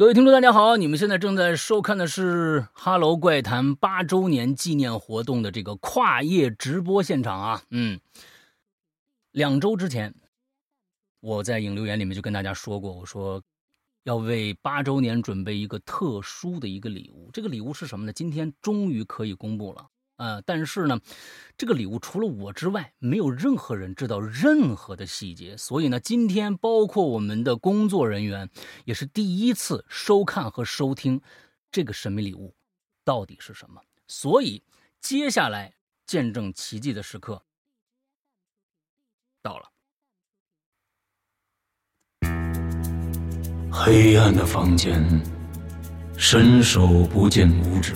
各位听众大家好，你们现在正在收看的是哈喽怪谈8周年纪念活动的这个跨夜直播现场啊。2周之前我在引流言里面就跟大家说过，我说要为8周年准备一个特殊的一个礼物，这个礼物是什么呢？今天终于可以公布了。但是呢，这个礼物除了我之外，没有任何人知道任何的细节，所以呢，今天包括我们的工作人员也是第一次收看和收听这个神秘礼物到底是什么。所以接下来见证奇迹的时刻到了。 黑暗的房间，伸手不见五指。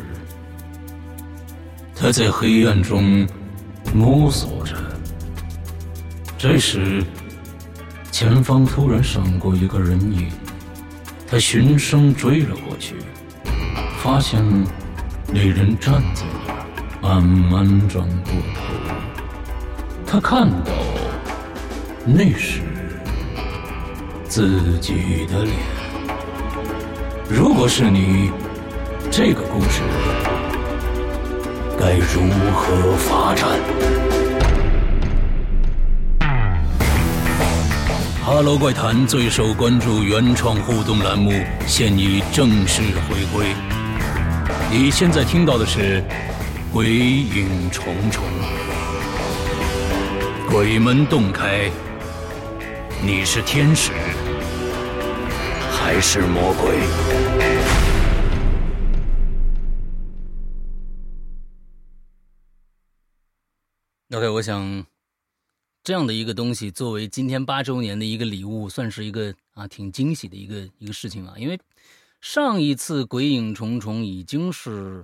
他在黑暗中摸索着，这时前方突然闪过一个人影，他循声追了过去，发现那人站在那儿，慢慢转过头，他看到那是自己的脸。如果是你，这个故事该如何发展？哈喽怪谈最受关注原创互动栏目现已正式回归。你现在听到的是鬼影重重，鬼门洞开，你是天使还是魔鬼 ？OK， 我想这样的一个东西作为今天8周年的一个礼物，算是一个挺惊喜的一个事情啊。因为上一次鬼影重重已经是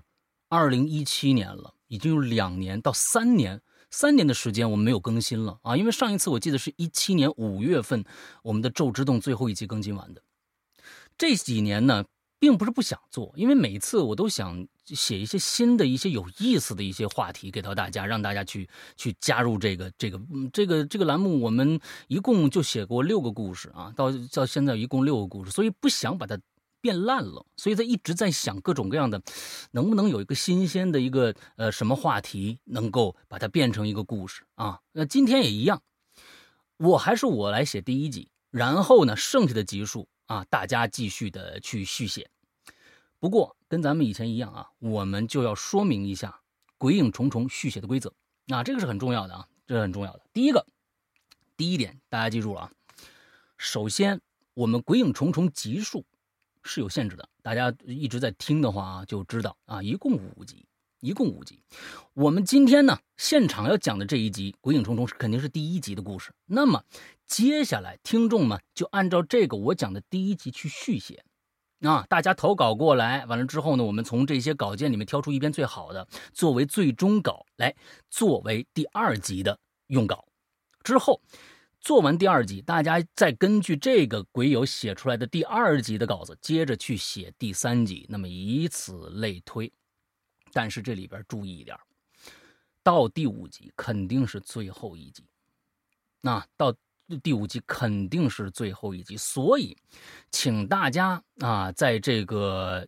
2017年了，已经有2年到3年的时间我们没有更新了啊。因为上一次我记得是17年5月份我们的咒之洞最后一集更新完的。这几年呢并不是不想做，因为每次我都想写一些新的一些有意思的一些话题给到大家，让大家去加入这个栏目。我们一共就写过6个故事啊，到现在一共6个故事，所以不想把它变烂了，所以他一直在想各种各样的，能不能有一个新鲜的一个什么话题能够把它变成一个故事啊？那今天也一样，我来写第1集，然后呢剩下的集数大家继续的去续写。不过跟咱们以前一样我们就要说明一下鬼影重重续写的规则。这个是很重要的这是很重要的。第一点大家记住了首先我们鬼影重重集数是有限制的，大家一直在听的话就知道一共5集。我们今天呢现场要讲的这一集鬼影重重肯定是第1集的故事，那么接下来听众们就按照这个我讲的第1集去续写大家投稿过来，完了之后呢，我们从这些稿件里面挑出一篇最好的，作为最终稿来作为第2集的用稿。之后做完第2集，大家再根据这个鬼友写出来的第2集的稿子，接着去写第3集，那么以此类推。但是这里边注意一点，到第5集肯定是最后一集，到第5集肯定是最后一集，所以请大家在这个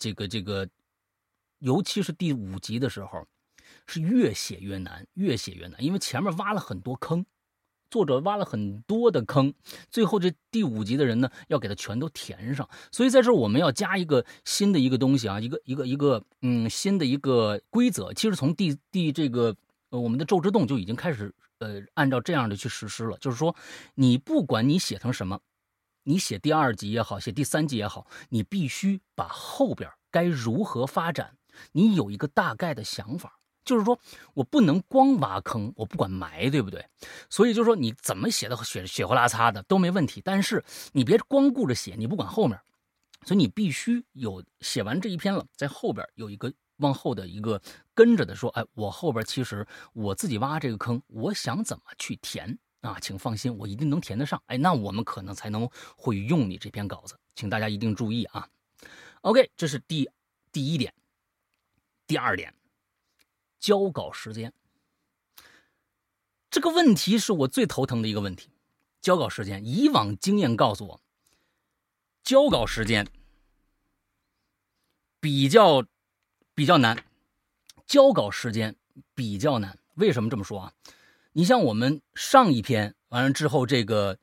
尤其是第5集的时候是越写越难，因为前面挖了很多坑，作者挖了很多的坑，最后这第5集的人呢要给它全都填上，所以在这儿我们要加一个新的一个东西一个新的一个规则。其实从我们的咒之洞就已经开始按照这样的去实施了，就是说你不管你写成什么，你写第2集也好，写第3集也好，你必须把后边该如何发展你有一个大概的想法。就是说我不能光挖坑，我不管埋，对不对？所以就是说你怎么写的血呼啦擦的都没问题，但是你别光顾着写，你不管后面，所以你必须有写完这一篇了，在后边有一个往后的一个跟着的说，我后边其实我自己挖这个坑，我想怎么去填请放心，我一定能填得上。那我们可能才能会用你这篇稿子，请大家一定注意OK， 这是第1点。第2点，交稿时间。这个问题是我最头疼的一个问题。交稿时间，以往经验告诉我，交稿时间比较难，交稿时间比较难。为什么这么说啊？你像我们上一篇完了之后，这个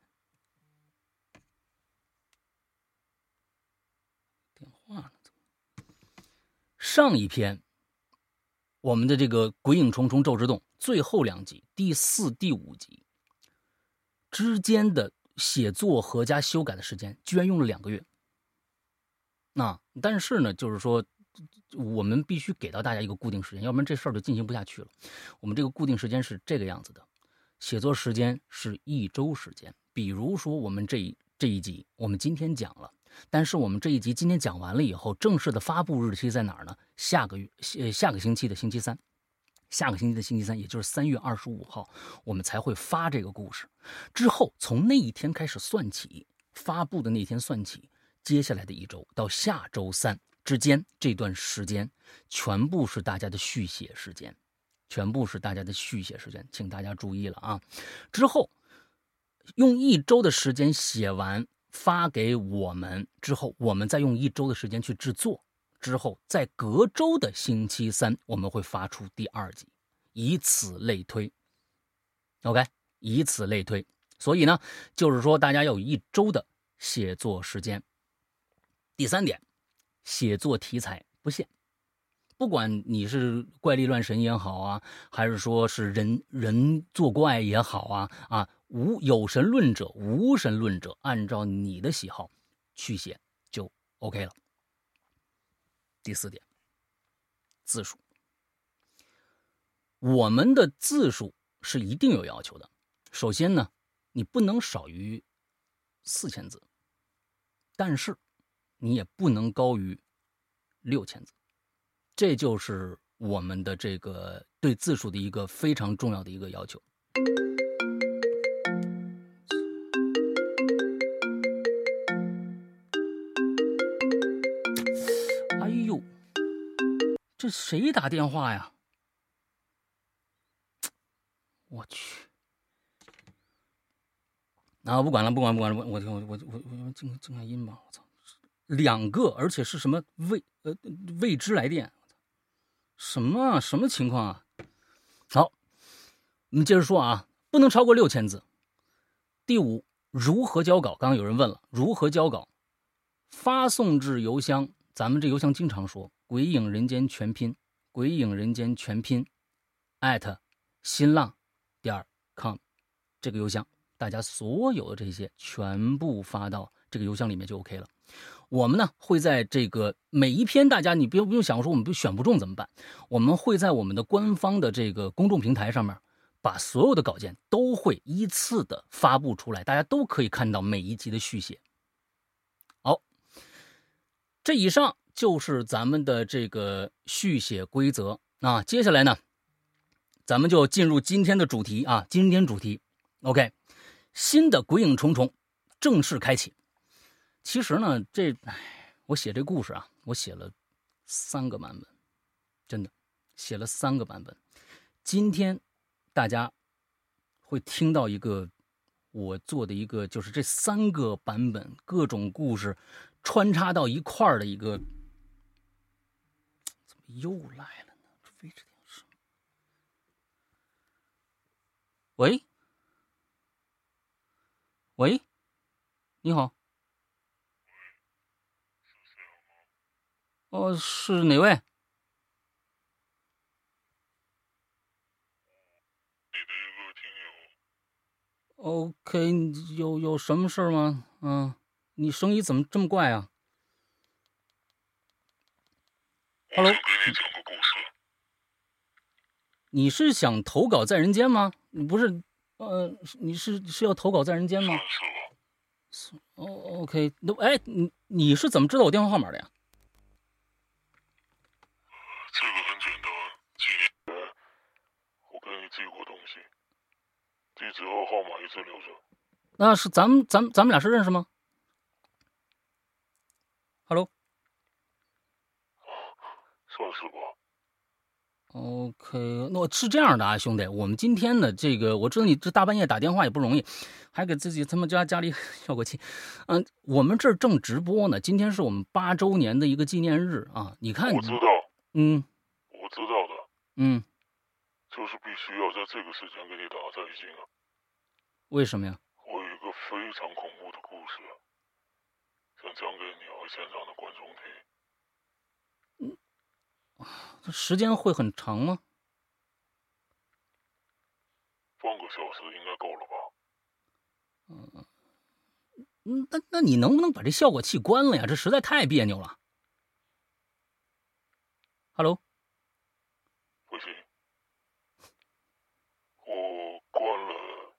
电话呢？上一篇我们的这个《鬼影重重咒之洞》最后2集，第4、第5集之间的写作和加修改的时间，居然用了2个月。但是呢，就是说，我们必须给到大家一个固定时间，要不然这事儿就进行不下去了。我们这个固定时间是这个样子的，写作时间是1周时间。比如说，我们这一集，我们今天讲了，但是我们这一集今天讲完了以后，正式的发布日期在哪儿呢？下个星期的星期三。下个星期的星期三，也就是3月25号，我们才会发这个故事。之后从那一天开始算起，发布的那天算起，接下来的1周到下周3之间这段时间，全部是大家的续写时间，请大家注意了啊！之后用1周的时间写完，发给我们之后，我们再用1周的时间去制作。之后，在隔周的星期三，我们会发出第2集，以此类推。OK， 以此类推。所以呢，就是说大家要有1周的写作时间。第3点，写作题材不限，不管你是怪力乱神也好啊，还是说是人作怪也好啊，有神论者、无神论者，按照你的喜好去写就 OK 了。第4点，字数。我们的字数是一定有要求的。首先呢，你不能少于4000字，但是你也不能高于6000字。这就是我们的这个对字数的一个非常重要的一个要求。哎呦，这谁打电话呀？我去！不管了，我静下音吧。我操，2个，而且是什么未知来电，什么情况啊？好，我们接着说啊，不能超过6000字。第5，如何交稿？刚刚有人问了，如何交稿？发送至邮箱，咱们这邮箱经常说，鬼影人间全拼新浪.com 这个邮箱，大家所有的这些全部发到这个邮箱里面就 OK 了。我们呢会在这个每一篇，大家你不用想说我们选不中怎么办，我们会在我们的官方的这个公众平台上面，把所有的稿件都会依次的发布出来，大家都可以看到每一集的续写。好，这以上就是咱们的这个续写规则。那接下来呢，咱们就进入今天的主题啊，今天主题 OK， 新的鬼影重重正式开启。其实呢，我写这故事啊，我写了3个版本，真的写了3个版本。今天大家会听到一个我做的一个，就是这3个版本各种故事穿插到一块儿的一个，怎么又来了呢？非这点事。喂，你好。是哪位？ 你的一个听友。OK， 有什么事吗？你声音怎么这么怪啊 ？Hello。 我想给你讲个故事。 你是想投稿在人间吗？你不是，你是要投稿在人间吗？ 是了。 OK， 你是怎么知道我电话号码的呀？ 这个很简单，几年前我给你寄过东西，地址和号码一直留着。 那是咱们俩是认识吗 ？Hello。 算是吧。 OK， 那是这样的啊，兄弟，我们今天的这个，我知道你这大半夜打电话也不容易，还给自己他们家里效果器，我们这儿正直播呢，今天是我们8周年的一个纪念日啊，你看， 我知道，我知道的，就是必须要在这个时间给你打在一起了。 为什么呀？ 我有一个非常恐怖的故事，想讲给你和现场的观众听。 这时间会很长吗？ 半个小时应该够了吧？ 那你能不能把这效果器关了呀？这实在太别扭了。Hello， 不行，我关了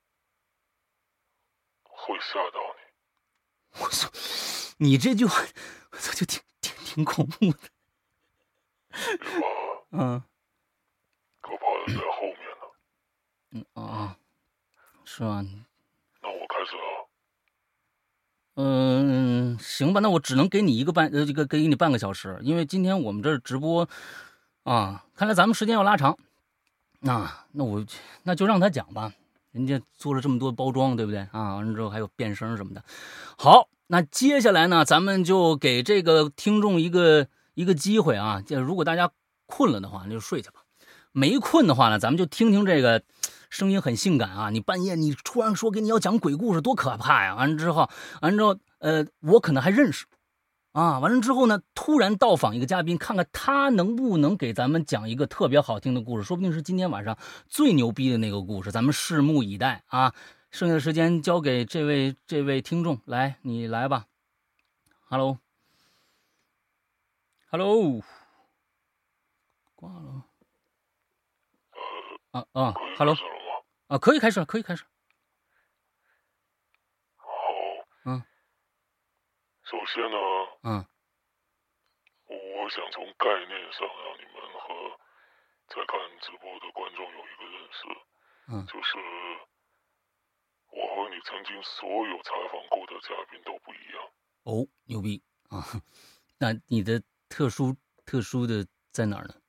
会吓到你。 我操，你这句话，我操，就挺恐怖的。 别怕，可怕的在后面呢。 是吧？ 那我开始了。行吧，那我只能给你给你半个小时，因为今天我们这直播啊，看来咱们时间要拉长。那就让他讲吧，人家做了这么多包装，对不对啊？完了之后还有变声什么的。好，那接下来呢，咱们就给这个听众一个机会啊，如果大家困了的话，那就睡去吧；没困的话呢，咱们就听听这个声音很性感啊！你半夜你突然说给你要讲鬼故事，多可怕呀！完了之后，我可能还认识啊。完了之后呢，突然到访一个嘉宾，看看他能不能给咱们讲一个特别好听的故事，说不定是今天晚上最牛逼的那个故事，咱们拭目以待啊！剩下的时间交给这位听众，来，你来吧。Hello， 挂了。Hello， 可以开始了。 好，首先呢，我想从概念上让你们和在看直播的观众有一个认识，就是我和你曾经所有采访过的嘉宾都不一样。 哦，牛逼啊！那你的特殊的在哪儿呢？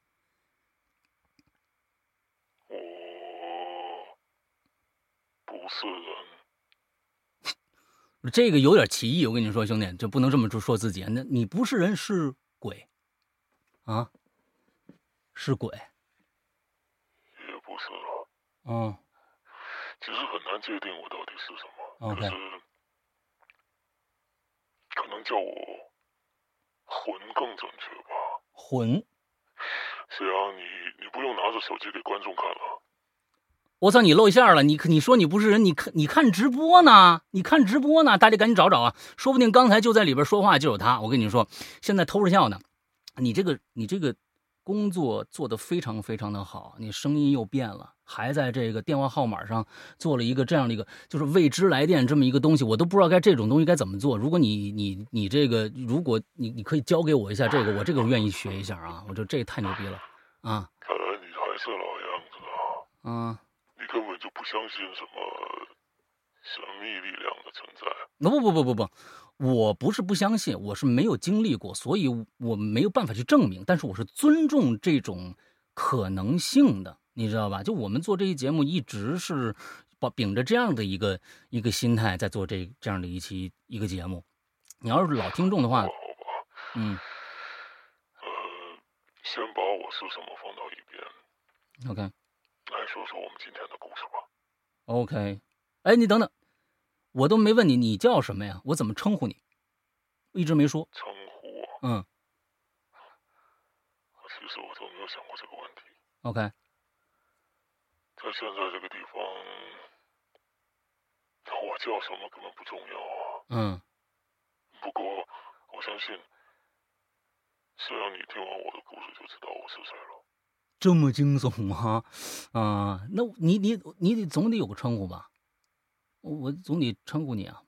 我不是人。 这个有点歧义，我跟你说，兄弟，就不能这么说自己。那你不是人，是鬼啊？是鬼？ 也不是了。其实很难界定我到底是什么。可是可能叫我魂更准确吧。 魂？ 是啊，你不用拿着手机给观众看了。 我操，你露馅了！你说你不是人，你看直播呢？大家赶紧找找啊！说不定刚才就在里边说话就有他。我跟你说，现在偷着笑呢。你这个工作做得非常非常的好，你声音又变了，还在这个电话号码上做了一个这样的一个就是未知来电这么一个东西，我都不知道这种东西该怎么做。如果你这个，如果你可以教给我一下这个，我这个愿意学一下啊！我觉得这太牛逼了啊！ 看来你还是老样子啊！你根本就不相信什么神秘力量的存在。 不，我不是不相信，我是没有经历过，所以我没有办法去证明，但是我是尊重这种可能性的，你知道吧？就我们做这一节目一直是秉着这样的一个心态在做这样的一个节目。你要是老听众的话， 先把我是什么放到一边。 OK， 来说说我们今天的故事吧。 OK， 哎，你等等，我都没问你叫什么呀？我怎么称呼你？一直没说。 称呼？其实我都没有想过这个问题。 OK， 在现在这个地方，我叫什么根本不重要啊。不过我相信，只要你听完我的故事，就知道我是谁了。 这么惊悚吗？那你总得有个称呼吧？我总得称呼你啊。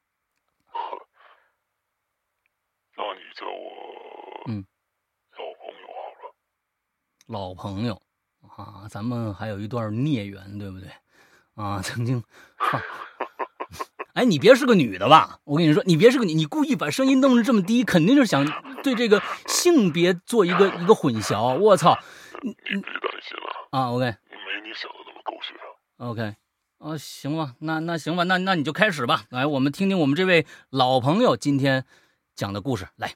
那你叫我老朋友好了。 老朋友啊，咱们还有一段孽缘，对不对？曾经哎，你别是个女的吧？我跟你说，你别是个你故意把声音弄得这么低，肯定是想对这个性别做一个混淆。我操， 你别担心了啊。OK， 没你想的那么狗血啊。 OK， 行吧，那行吧，那你就开始吧。来，我们听听我们这位老朋友今天讲的故事。来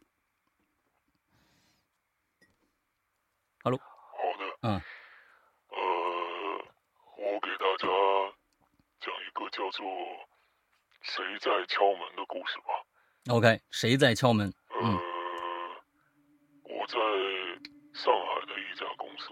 ，Hello。 好的。我给大家讲一个叫做《谁在敲门》的故事吧。 OK， 谁在敲门？ 我在上海的一家公司。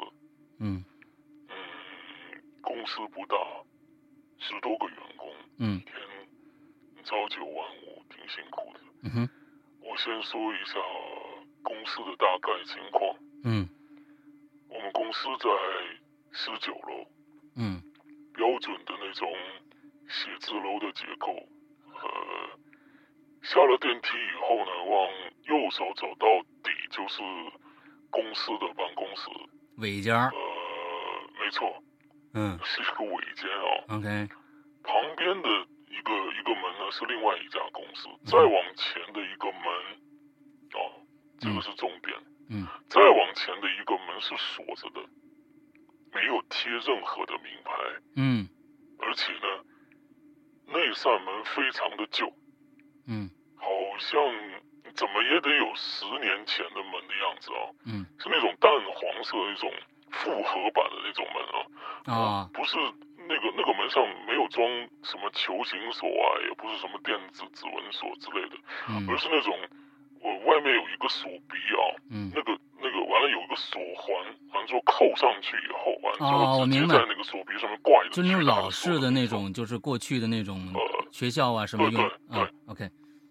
公司不大，10多个员工。一天朝九晚五，挺辛苦的。我先说一下公司的大概情况。我们公司在19楼。标准的那种写字楼的结构。下了电梯以后呢，往右手走到底就是公司的办公室。 尾间。 没错。是一个尾间啊。 OK。 旁边的一个门呢是另外一家公司，再往前的一个门，这个是重点。再往前的一个门是锁着的，没有贴任何的名牌。而且呢，那扇门非常的旧。好像怎么也得有10年前的门的样子啊。是那种淡黄色的那种复合版的那种门啊。不是那个门上没有装什么球形锁啊，也不是什么电子指纹锁之类的。而是那种外面有一个锁鼻啊。那个完了有一个锁环，完了之后扣上去以后，完了之后直接在那个锁鼻上面挂一个。 就那种老式的那种，就是过去的那种学校啊什么用。 对。 OK。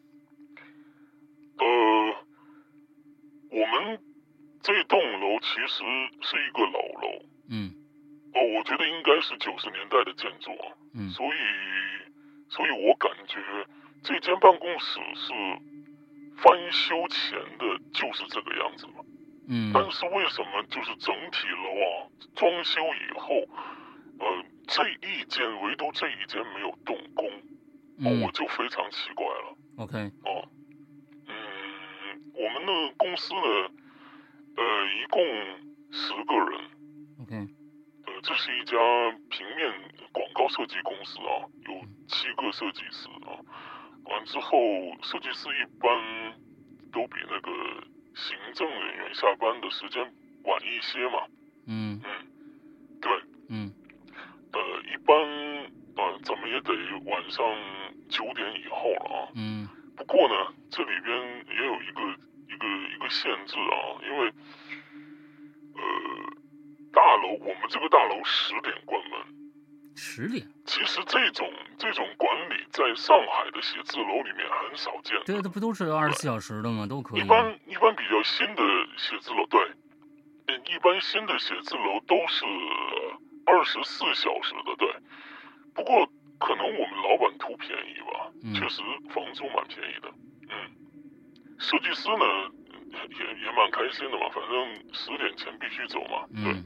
我们这栋楼其实是一个老楼。我觉得应该是90年代的建筑啊。所以我感觉这间办公室是翻修前的就是这个样子了。但是为什么就是整体楼啊装修以后，这一间唯独这一间没有动工，我就非常奇怪了。 OK。 我们的公司呢，一共10个人。 OK。 这是一家平面广告设计公司啊，有7个设计师啊。完之后，设计师一般都比那个行政人员下班的时间晚一些嘛。对。一般怎么也得晚上9点以后了啊。不过呢，这里边也有一个限制啊，因为我们这个大楼10点关门。 10点？ 其实这种管理在上海的写字楼里面很少见。 对，这不都是24小时的吗？都可以。 一般比较新的写字楼，对，一般新的写字楼都是24小时的，对。不过可能我们老板图便宜吧，确实房租蛮便宜的。设计师呢也蛮开心的嘛，反正10点前必须走嘛。对。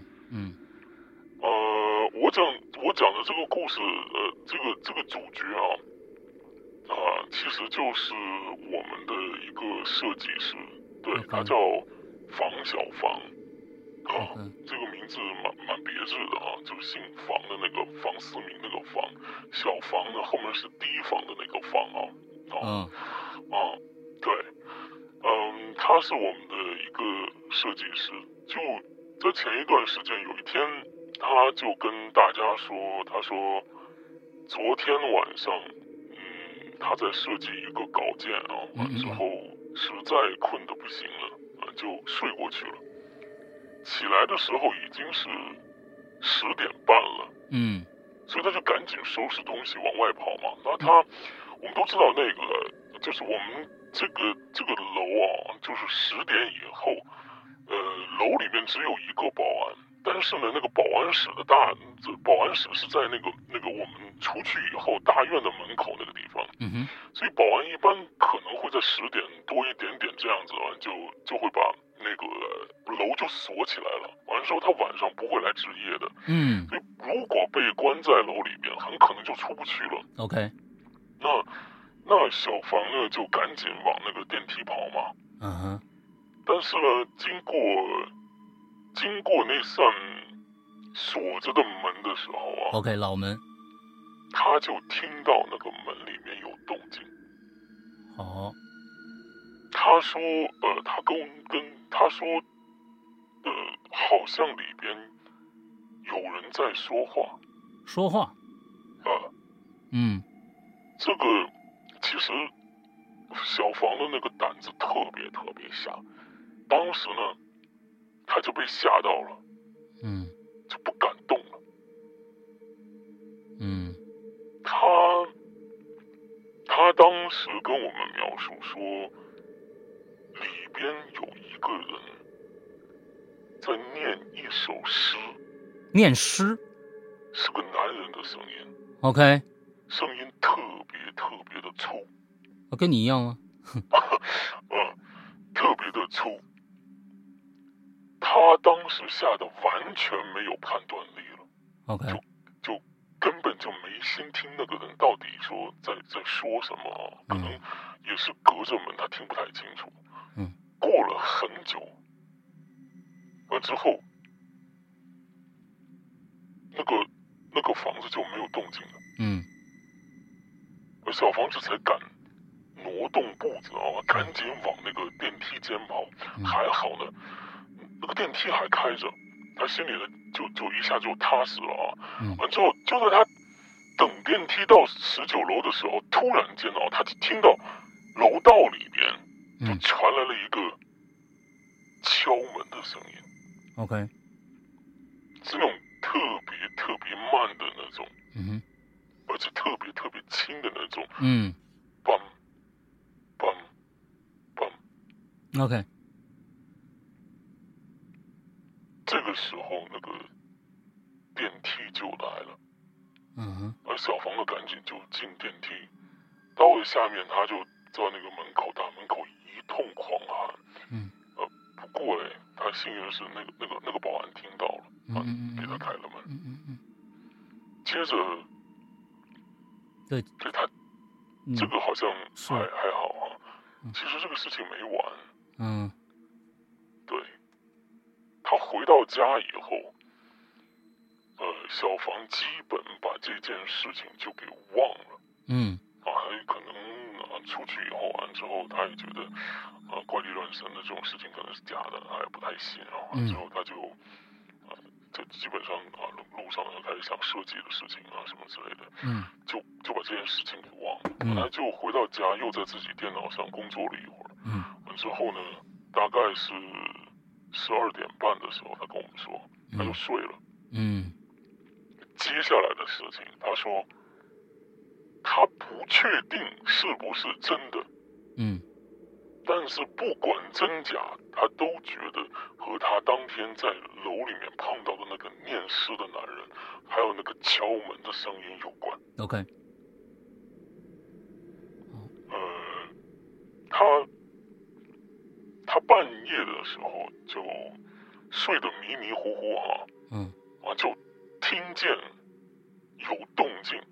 我讲的这个故事，这个主角其实就是我们的一个设计师，对，他叫房小房。这个名字蛮别致的啊，就是姓房的那个房思明那个房，小房呢后面是堤防的那个房啊。对。他是我们的一个设计师，就在前一段时间有一天，他就跟大家说，他说昨天晚上他在设计一个稿件啊，完之后实在困得不行了，就睡过去了。起来的时候已经是10点半了。所以他就赶紧收拾东西往外跑嘛。那我们都知道那个就是我们这个楼啊，就是10点以后，楼里面只有一个保安，但是呢，那个保安室是在那个我们出去以后大院的门口那个地方。所以保安一般可能会在10点多一点点这样子啊，就会把那个楼就锁起来了。完之后他晚上不会来值夜的。所以如果被关在楼里面，很可能就出不去了。 OK。 那小房呢就赶紧往那个电梯跑嘛。但是呢，经过经过那扇锁着的门的时候啊 ，OK， 老门， 他就听到那个门里面有动静。 好， 他说，他他说，好像里边有人在说话。 说话， 这个其实小房的那个胆子特别小，当时呢，他就被吓到了，就不敢动了。他当时跟我们描述说，里边有一个人在念一首诗， 念诗， 是个男人的声音 ，OK， 声音特别的粗， 跟你一样吗？ 特别的粗。他当时吓得完全没有判断力了 ，OK， 就根本就没心听那个人到底说在说什么，可能也是隔着门他听不太清楚。过了很久，完之后，那个房子就没有动静了。而小房子才敢挪动步子啊，赶紧往那个电梯间跑。还好呢，那个电梯还开着，他心里呢就一下就踏实了啊。完之后，就在他等电梯到19楼的时候，突然间啊，他就听到楼道里边就传来了一个敲门的声音。 OK， 是那种特别慢的那种，而且特别轻的那种，梆梆梆 ，OK。 这个时候，那个电梯就来了，而小房子赶紧就进电梯，到了下面，他就在那个大门口一通狂喊，不过他幸运的是那个保安听到了，给他开了门，接着， 对他，这个好像还好啊，其实这个事情没完，对，他回到家以后，小房基本把这件事情就给忘了，可能出去以后完之后，他也觉得怪力乱神的这种事情可能是假的，还不太信啊。之后他就基本上路上开始想设计的事情啊什么之类的，就把这件事情给忘了。本来就回到家又在自己电脑上工作了一会儿，完之后呢，大概是12点半的时候，他跟我们说他就睡了。接下来的事情，他说他不确定是不是真的，但是不管真假，他都觉得和他当天在楼里面碰到的那个念诗的男人，还有那个敲门的声音有关。 OK， 他半夜的时候就睡得迷迷糊糊啊，就听见有动静。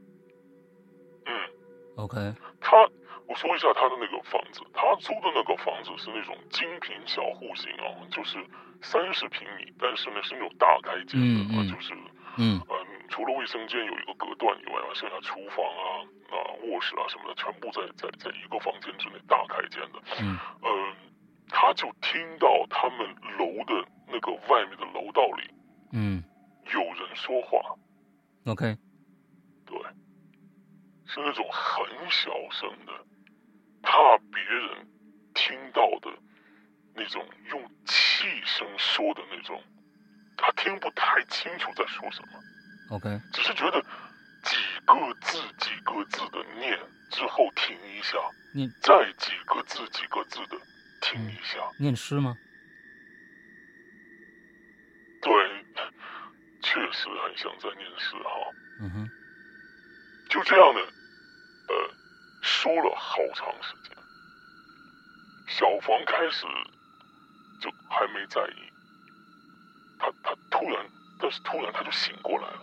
OK， 我说一下他的那个房子，他租的那个房子是那种精品小户型啊，就是30平米，但是呢是那种大开间的，就是除了卫生间有一个隔断以外啊，剩下厨房卧室啊什么的，全部在一个房间之内大开间的。他就听到他们楼的那个外面的楼道里，有人说话。 OK， 对，是那种很小声的，怕别人听到的那种用气声说的那种，他听不太清楚在说什么。 OK， 只是觉得几个字的念之后停一下，再几个字的停一下。 念诗吗？ 对，确实很像在念诗哈。就这样的，说了好长时间。小房开始就还没在意，他突然他就醒过来了。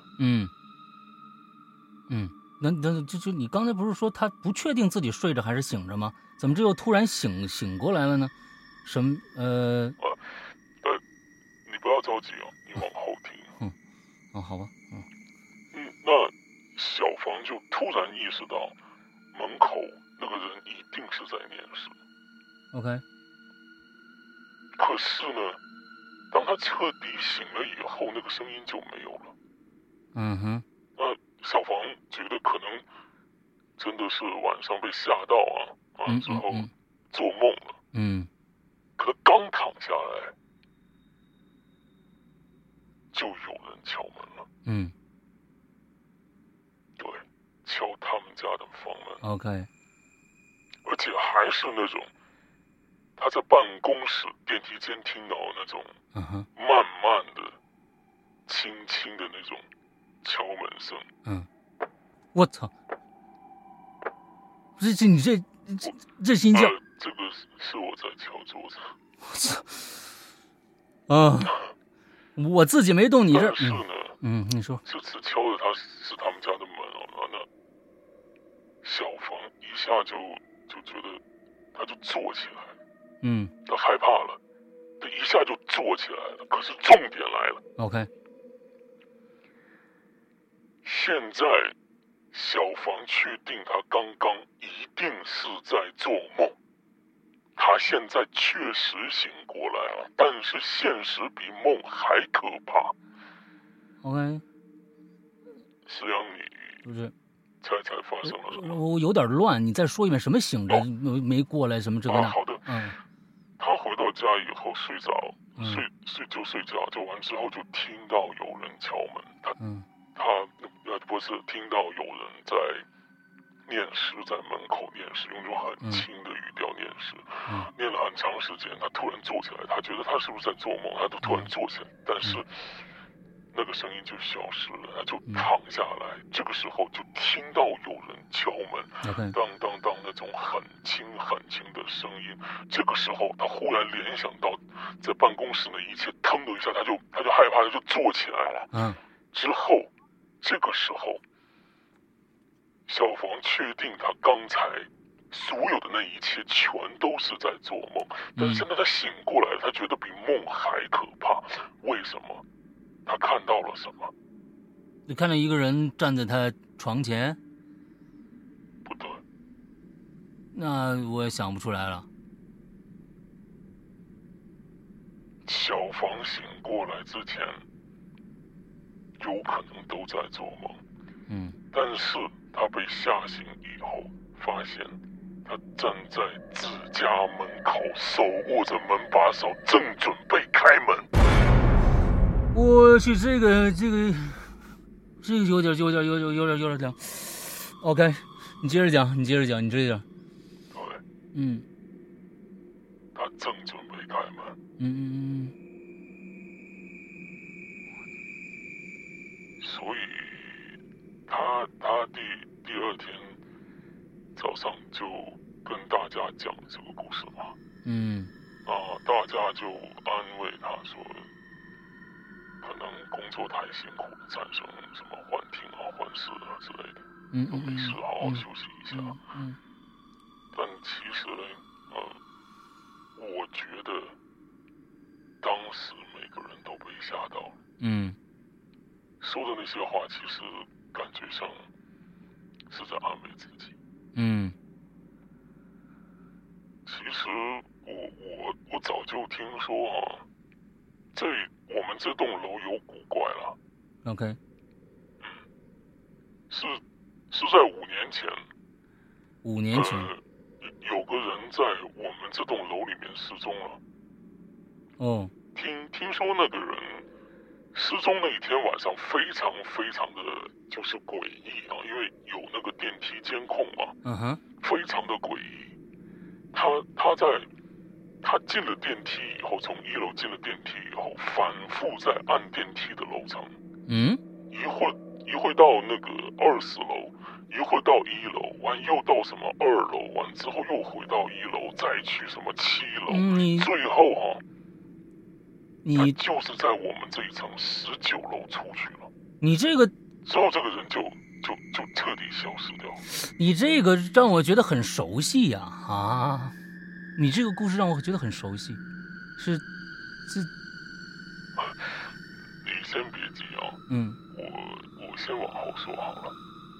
那就你刚才不是说他不确定自己睡着还是醒着吗？怎么这又突然醒过来了呢？什么？ 你不要着急啊，你往后听。 好吧。 那小房就突然意识到门口那个人一定是在念诗。 OK。 可是呢，当他彻底醒了以后，那个声音就没有了。那小房觉得可能真的是晚上被吓到之后做梦了。可他刚躺下来，就有人敲门了。对，敲他们家的房门。 OK。 而且还是那种他在办公室电梯间听到的那种慢慢的轻轻的那种敲门声。 我操，你这心跳。 这个是我在敲桌子。 我操。我自己没动，你这。 但是呢， 你说这次敲的是他们家的门那小房一下就觉得他就坐起来了。他害怕了，他一下就坐起来了。可是重点来了。 OK。 现在小房确定他刚刚一定是在做梦。他现在确实醒过来了，但是现实比梦还可怕。 OK。 是让你不是猜发生了什么？ 我有点乱，你再说一遍，什么醒着没过来，什么这个那？ 好的。他回到家以后睡着，睡觉，就完之后就听到有人敲门。他不是听到有人在念诗，在门口念诗，用这种很轻的语调念诗。念了很长时间，他突然坐起来，他觉得他是不是在做梦，他就突然坐起来，但是那个声音就消失了，他就躺下来。这个时候就听到有人敲门，当当当那种很轻的声音。这个时候他忽然联想到在办公室的一切，腾的一下他就害怕，他就坐起来了。之后这个时候小房确定他刚才所有的那一切全都是在做梦，但是现在他醒过来，他觉得比梦还可怕。为什么？他看到了什么？ 你看到一个人站在他床前？ 不对。 那我也想不出来了。 小房醒过来之前有可能都在做梦。但是他被吓醒以后，发现他站在自家门口，手握着门把手，正准备开门。 我去，这个有点凉。OK， 你接着讲。对。 他正准备开门。所以他第二天早上就跟大家讲这个故事嘛。大家就安慰他说，可能工作太辛苦了，产生什么幻听幻视之类的，都没事，好好休息一下。但其实呢，我觉得当时每个人都被吓到了。说的那些话，其实感觉上是在安慰自己。其实我早就听说我们这栋楼有古怪了。 OK。 是在5年前。 5年前。 有个人在我们这栋楼里面失踪了。听说那个人失踪那一天晚上非常的就是诡异因为有那个电梯监控嘛。非常的诡异。他进了电梯以后，从1楼进了电梯以后，反复在按电梯的楼层。一会到那个20楼，一会到1楼，完又到什么2楼，完之后又回到1楼，再去什么7楼，最后他就是在我们这一层19楼出去了。 你这个之后这个人就彻底消失掉。 你这个让我觉得很熟悉呀。你这个故事让我觉得很熟悉，是先别急啊，我先往后说好了。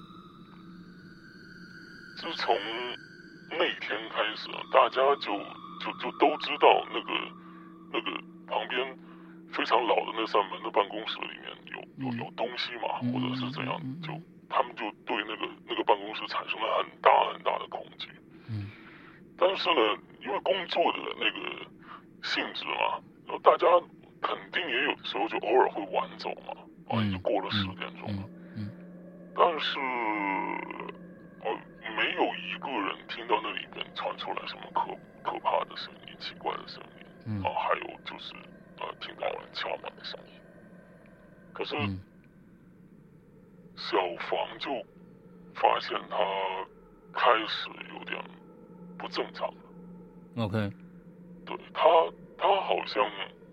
自从那天开始啊，大家就都知道那个旁边非常老的那扇门的办公室里面有东西嘛，或者是怎样，就他们就对那个办公室产生了很大很大的恐惧。但是呢，因为工作的那个性质嘛，然后大家肯定也有的时候就偶尔会晚走嘛，也就过了10点钟了。但是没有一个人听到那里边传出来什么可怕的声音、奇怪的声音，还有就是听到了敲门的声音。可是小房就发现他开始有点不正常了。 OK， 对， 他好像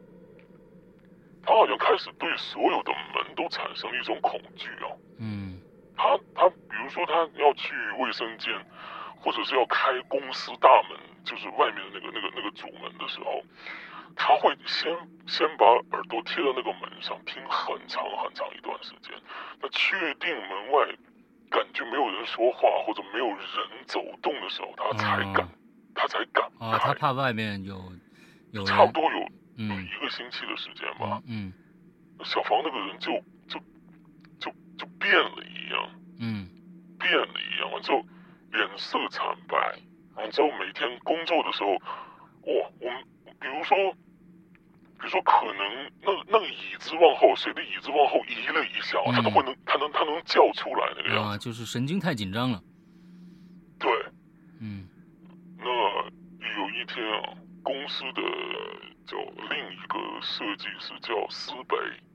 开始对所有的门都产生一种恐惧啊。他比如说他要去卫生间，或者是要开公司大门，就是外面的那个主门的时候，他会先把耳朵贴到那个门上，听很长很长一段时间。那确定门外感觉没有人说话或者没有人走动的时候，他才敢开。 他怕外面有人。 差不多有1个星期的时间吧。小房那个人就变了一样。变了一样，完之后脸色惨白，完之后每天工作的时候，我们比如说可能那个椅子往后，谁的椅子往后移了一下，他能叫出来那个样子。 就是神经太紧张了。 对。那有一天啊，公司的叫另一个设计师叫思北，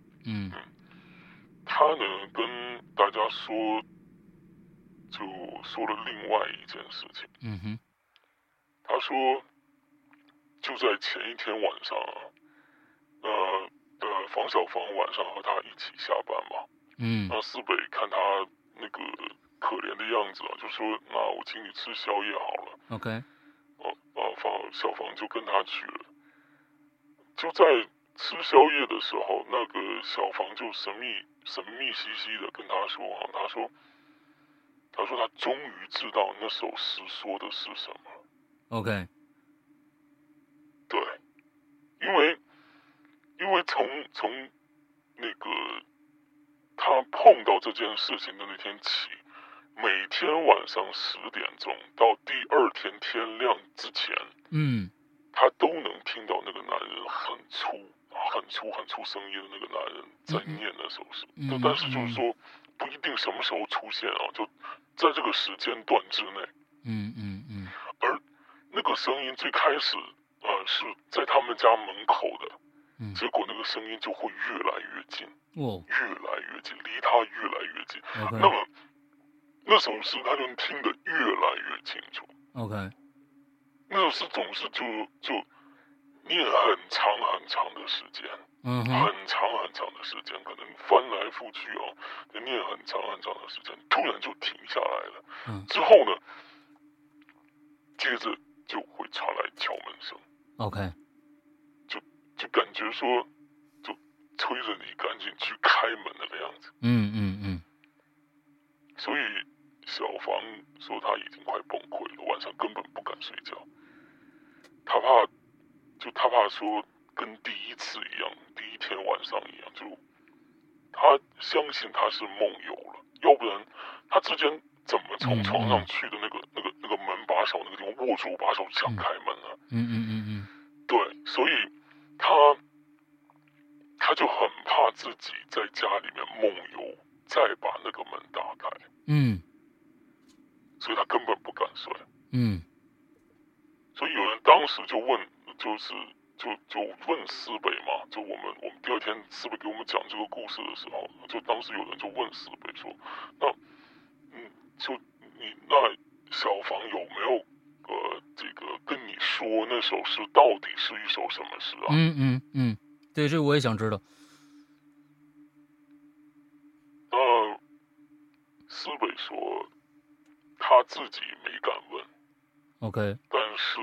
他呢跟大家说。就说了另外一件事情。他说，就在前一天晚上啊，房小房晚上和他一起下班嘛。那思北看他那个可怜的样子啊，就说：“那我请你吃宵夜好了。” OK。 小房就跟他去了。就在吃宵夜的时候，那个小房就神秘兮兮的跟他说啊，他说他终于知道那首诗说的是什么了。 OK。 对，因为从那个他碰到这件事情的那天起，每天晚上10点钟到第2天天亮之前，他都能听到那个男人很粗声音的那个男人在念那首诗。但是就是说不一定什么时候出现啊，就在这个时间段之内。而那个声音最开始是在他们家门口的，结果那个声音就会越来越近，越来越近，离他越来越近。那么那首诗他就听得越来越清楚。那首诗总是就念很长很长的时间，很长很长的时间，可能翻来覆去哦，就念很长很长的时间，突然就停下来了。之后呢，接着就会传来敲门声。就感觉说，就催着你赶紧去开门那个样子。所以小房说他已经快崩溃了，晚上根本不敢睡觉。他怕说跟第一次一样，第一天晚上一样，就他相信他是梦游了，要不然他之前怎么从床上去的那个门把手那个地方握住把手想开门呢？对，所以他就很怕自己在家里面梦游，再把那个门打开。所以他根本不敢睡。所以有人当时就问，就问思北嘛，就我们第2天思北给我们讲这个故事的时候，就当时有人就问思北说，那小房有没有这个跟你说那首诗到底是一首什么诗啊？ 对，这我也想知道。 思北说他自己没敢问。 OK。 但是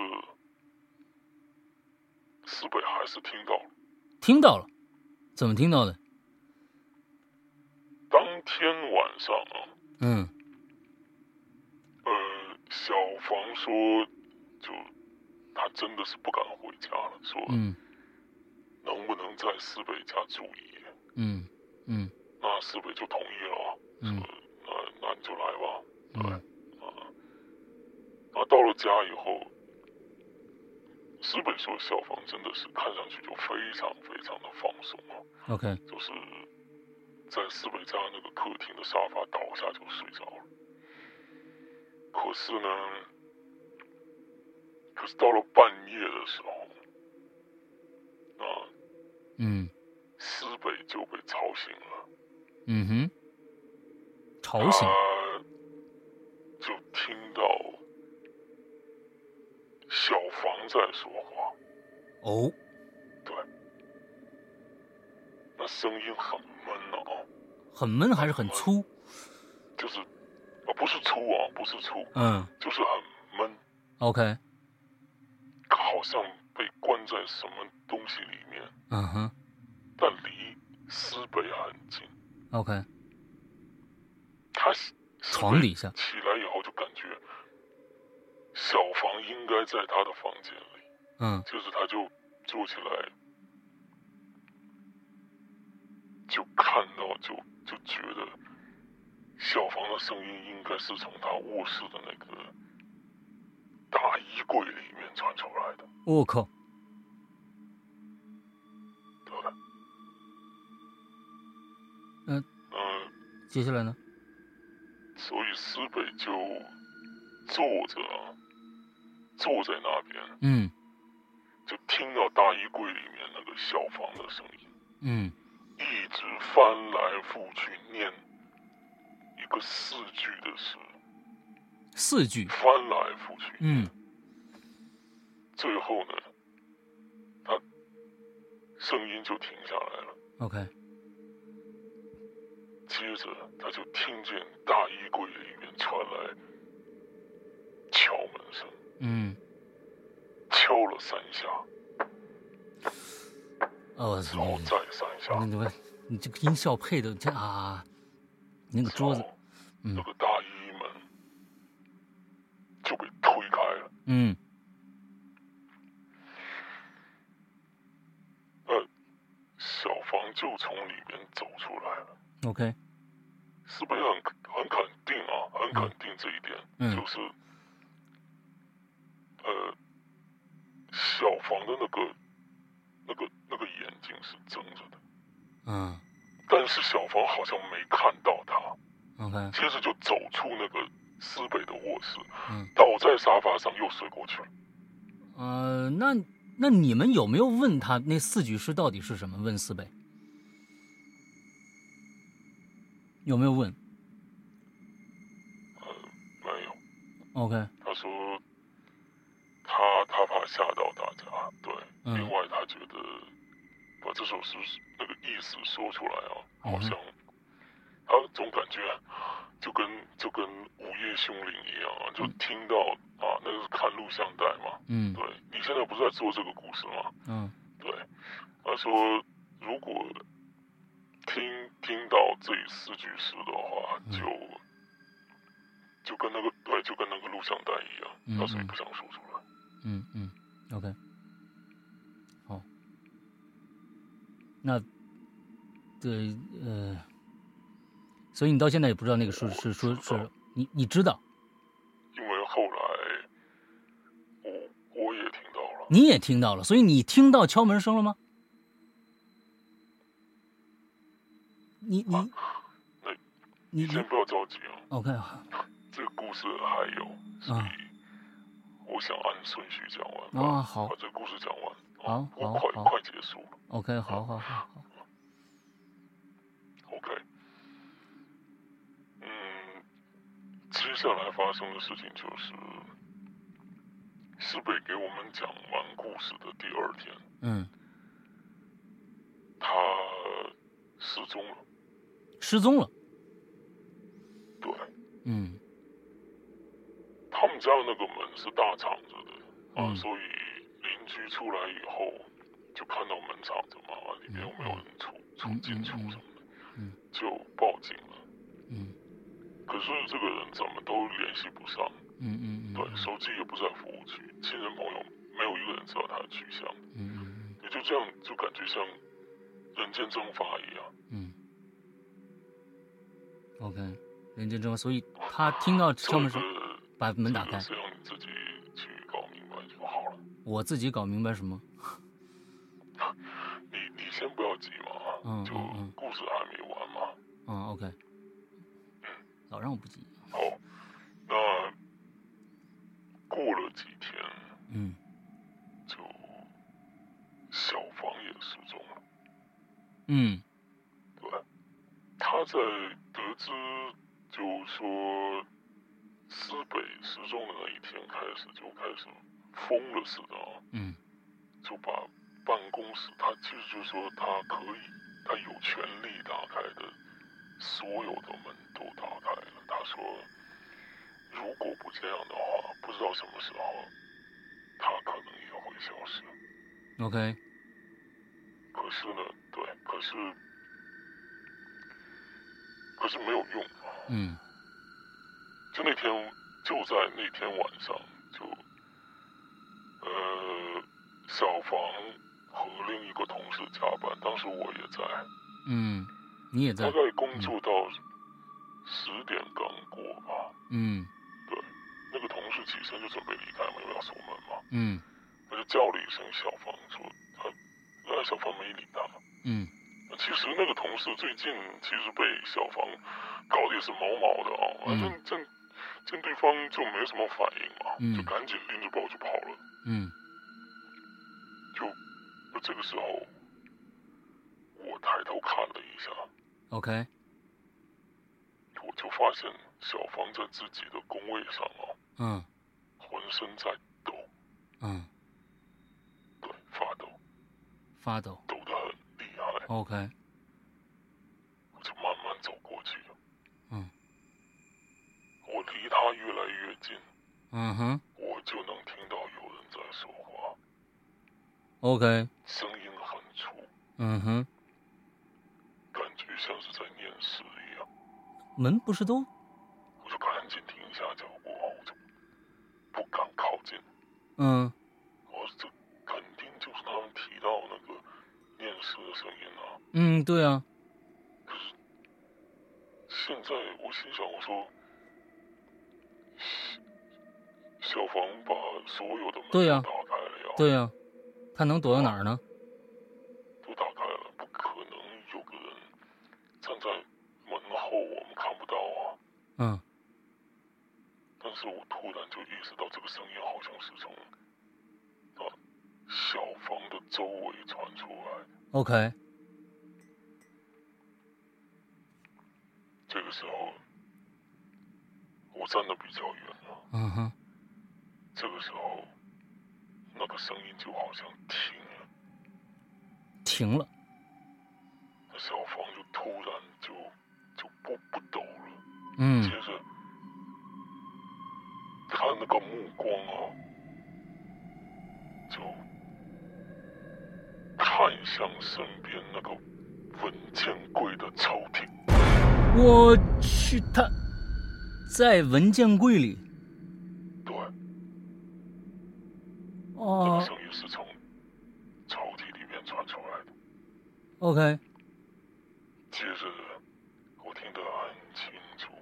思北还是听到了。 听到了？怎么听到的？ 天晚上啊，小房说，就他真的是不敢回家了，说，能不能在思北家住一夜？那思北就同意了，说，那你就来吧，对，那到了家以后，思北说小房真的是看上去就非常非常的放松啊 ，OK， 就是在思北家那个客厅的沙发倒下就睡着了。可是呢，到了半夜的时候，思北就被吵醒了。 吵醒。 他就听到小房在说话。 哦。 对。那声音很闷啊。 很闷还是很粗？ 就是，不是粗啊，不是粗。就是很闷。 OK。 好像被关在什么东西里面。但离思北很近。 OK。 他床底下起来以后就感觉小房应该在他的房间里。就是他就坐起来，就看到就觉得小房的声音应该是从他卧室的那个大衣柜里面传出来的。 我靠！ 对的。 接下来呢？ 所以思北就坐在那边，就听到大衣柜里面那个小房的声音，一直翻来覆去念一个4句的诗 ，4句， 翻来覆去，最后呢，他声音就停下来了。 OK。 接着他就听见大衣柜里面传来敲门声，敲了3下，然后再3下。 你这个音效配的那个桌子， 那个大衣门就被推开了。小房就从里面走出来了。 OK。 思北很肯定啊，很肯定这一点，就是小房的那个眼睛是睁着的，但是小房好像没看到他。 OK。 接着就走出那个思北的卧室，倒在沙发上又睡过去了。 那你们有没有问他那4句诗到底是什么？问思北有没有问？ 没有。 OK。 他说他怕吓到大家，对。另外他觉得把这首诗那个意思说出来啊，好像他总感觉就跟午夜凶铃一样啊，就听到那个是看录像带嘛。对。你现在不是在做这个故事吗？对。他说如果听到这4句诗的话，就跟那个录像带一样，但是你不想说出来。 OK。好。那对所以你到现在也不知道那个是你知道？ 因为后来我也听到了。 你也听到了，所以你听到敲门声了吗？ 你先不要着急啊。 OK。 这个故事还有，所以我想按顺序讲完。 好。 把这个故事讲完。 好。 快结束了。 OK。好。 OK。接下来发生的事情就是，思北给我们讲完故事的第2天，他失踪了。 失踪了。 对。他们家的那个门是大敞着的，所以邻居出来以后就看到门敞着嘛，里面有没有人出进出什么的，就报警了。 可是这个人怎么都联系不上。对，手机也不在服务区，亲人朋友没有一个人知道他的去向。也就这样，就感觉像人间蒸发一样。 OK， 人间蒸发，所以他听到敲门声，把门打开。 这让你自己去搞明白就好了。 我自己搞明白什么？ 你先不要急嘛，就故事还没完嘛。 OK。老让我不急。 好，那过了几天，就小芳也失踪了。对，他在得知就说思北失踪的那一天开始，就开始疯了似的就把办公室，他其实就说他有权利打开的所有的门都打开了。他说如果不这样的话，不知道什么时候他可能也会消失。 OK。 可是呢，对，可是没有用。就在那天晚上，就小房和另一个同事加班，当时我也在。 你也在。 大概工作到10点刚过吧。对，那个同事起身就准备离开嘛，因为要锁门嘛。我就叫了一声小房，说小房没理他。其实那个同事最近其实被小房搞得也是毛毛的啊。见对方就没什么反应嘛，就赶紧拎着包就跑了。就这个时候，我抬头看了一下。 OK。 我就发现小芳在自己的工位上浑身在抖。对，发抖，抖得很厉害。 OK。 我就慢慢走过去。我离他越来越近。我就能听到有人在说话。 OK。 声音很粗。感觉像是在念诗一样。 门不是都？ 我就赶紧停下脚步，我就不敢靠近。我这肯定就是他们提到那个念诗的声音啊。 对啊。 可是现在我心想，我说小房把所有的门都打开了呀。 对呀。他能躲到哪儿呢？ 都打开了，不可能有个人站在门后，我们看不到啊。但是我突然就意识到，这个声音好像是从小房的周围传出来。 OK。 这个时候，我站得比较远了。这个时候，那个声音就好像停了。小房就突然就不抖了。接着他那个目光就看向身边那个文件柜的抽屉。 我去，他在文件柜里。 对。那个声音是从抽屉里面传出来的。 OK。 接着我听得很清楚，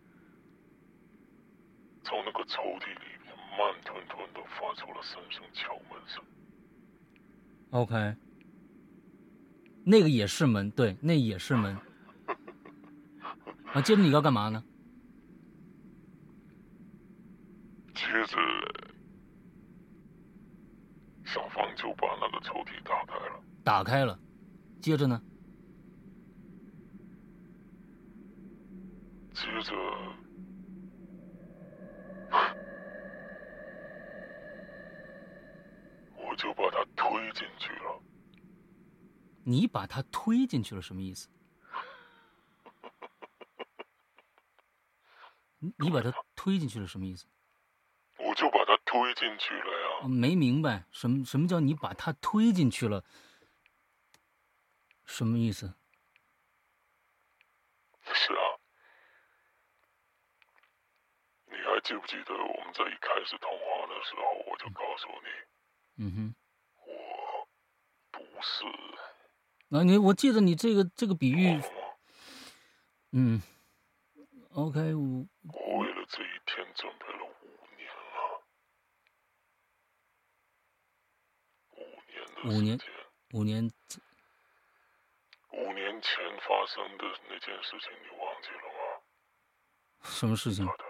从那个抽屉里面慢吞吞地发出了3声敲门声。 OK。那个也是门，对，那也是门。接着你要干嘛呢？ 接着小芳就把那个抽屉打开了。接着呢？ 接着我就把他推进去了。 你把他推进去了什么意思？你把他推进去了什么意思？ 我就把他推进去了呀。 没明白什么叫你把他推进去了？什么意思？ 是啊， 记不记得我们在一开始通话的时候，我就告诉你，我不是。 我记得你这个比喻，OK， 我为了这一天准备了5年了，5年的时间。 5年。 5年前发生的那件事情，你忘记了吗？ 什么事情？ 对。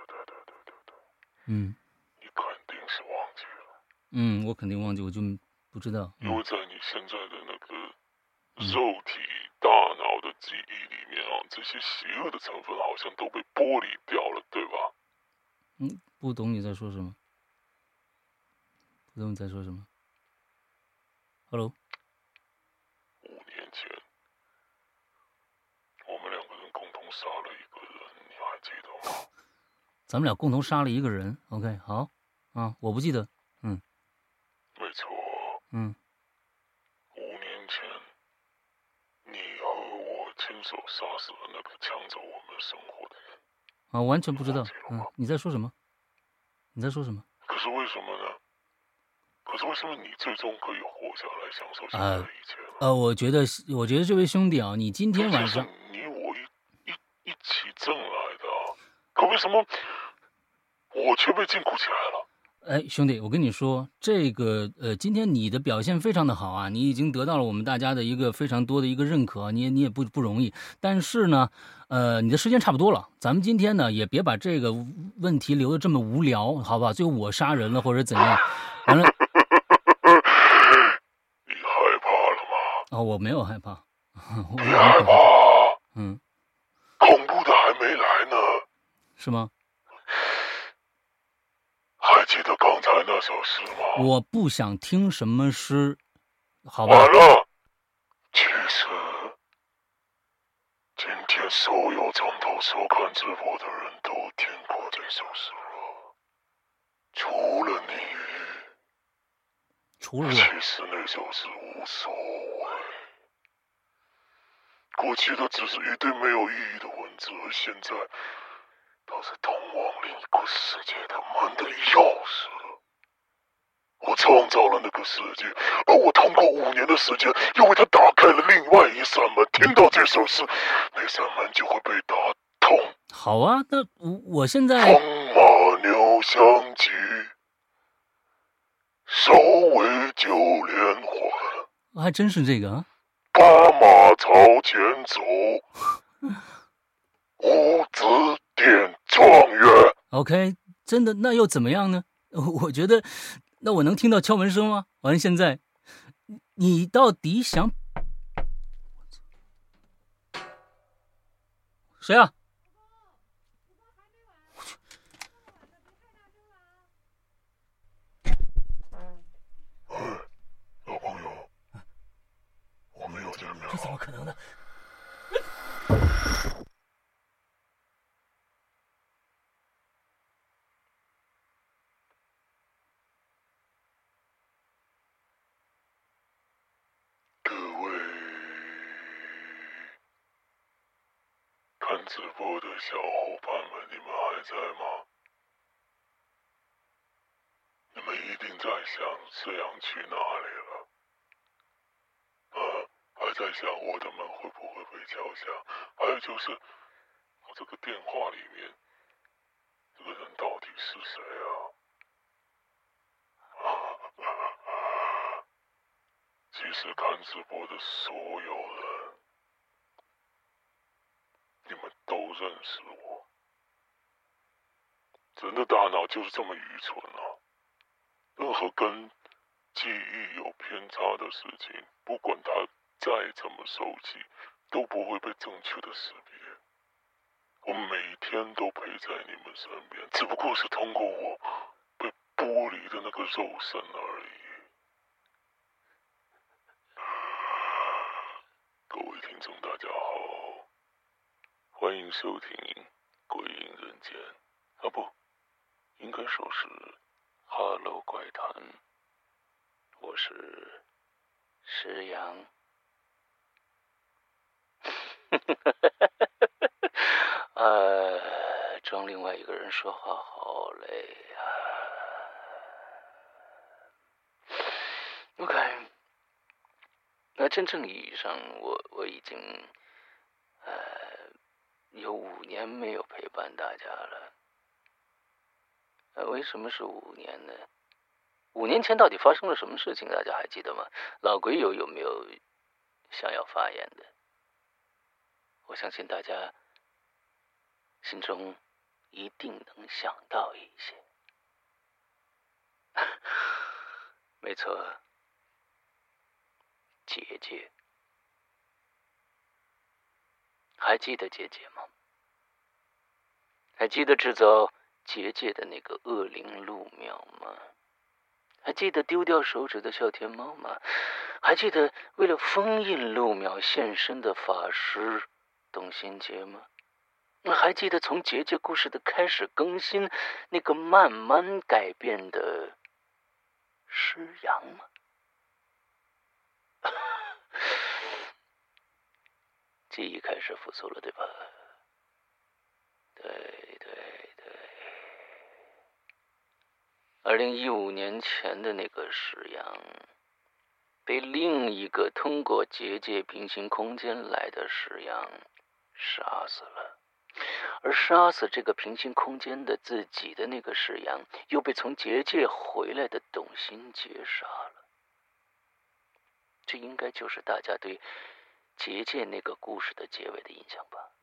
你肯定是忘记了。 我肯定忘记，我就不知道。 因为在你现在的那个肉体大脑的记忆里面啊，这些邪恶的成分好像都被剥离掉了，对吧？ 不懂你在说什么。Hello。 5年前，我们2个人共同杀了一个人，你还记得吗？ 咱们俩共同杀了一个人 ，OK， 好，我不记得， 没错 ，5 年前，你和我亲手杀死了那个抢走我们生活的人。 完全不知道，你在说什么？ 可是为什么呢？可是为什么你最终可以活下来，享受现在的一切呢？ 我觉得这位兄弟啊，你今天晚上你我一起挣来的，可为什么我却被禁锢起来了？ 哎，兄弟，我跟你说，这个今天你的表现非常的好啊，你已经得到了我们大家的一个非常多的一个认可，你也不容易。但是呢，你的时间差不多了，咱们今天呢也别把这个问题留得这么无聊，好吧？最后我杀人了或者怎样，完了。 你害怕了吗？ 我没有害怕。 你害怕？恐怖的还没来呢。 是吗？ 还记得刚才那首诗吗？ 我不想听什么诗，好吧？ 完了，其实今天所有从头收看直播的人都听过这首诗了，除了你。 除了我。 其实那首诗无所谓，过去的只是一堆没有意义的文字，而现在它是通往另一个世界的门的钥匙。我创造了那个世界，而我通过5年的时间，又为它打开了另外一扇门。听到这首诗，那扇门就会被打通。 好啊，那我现在。 风马牛相及，首尾九连环。 还真是这个啊。 八马朝前走，五子点状元。 OK， 真的，那又怎么样呢？我觉得，那我能听到敲门声吗？完了，现在，你到底想谁啊？ 老朋友，我们又见面了。 这怎么可能呢？ 各位看直播的小伙伴们，你们还在吗？你们一定在想这样去哪里了？还在想我的门会不会被敲响？还有就是，我这个电话里面，这个人到底是谁啊？其实看直播的所有人，你们都认识我。人的大脑就是这么愚蠢啊！任何跟记忆有偏差的事情，不管它再怎么熟悉，都不会被正确的识别。我每天都陪在你们身边，只不过是通过我被剥离的那个肉身而已。各位听众大家好，欢迎收听《鬼影人间》啊，不，应该说是哈喽怪谈。我是石阳。装另外一个人说话好。 累啊。OK， 那真正意义上，我已经有5年没有陪伴大家了。为什么是5年呢？5年前到底发生了什么事情？大家还记得吗？老鬼有没有想要发言的？我相信大家心中一定能想到一些。没错，结界。还记得结界吗？还记得制造结界的那个恶灵陆淼吗？还记得丢掉手指的哮天猫吗？还记得为了封印陆淼现身的法师董新杰吗？还记得从结界故事的开始更新那个慢慢改变的诗阳吗？记忆开始复苏了，对吧？对。2015年前的那个石阳，被另一个通过结界平行空间来的石阳杀死了，而杀死这个平行空间的自己的那个石阳，又被从结界回来的董新杰杀了。这应该就是大家对结界那个故事的结尾的印象吧。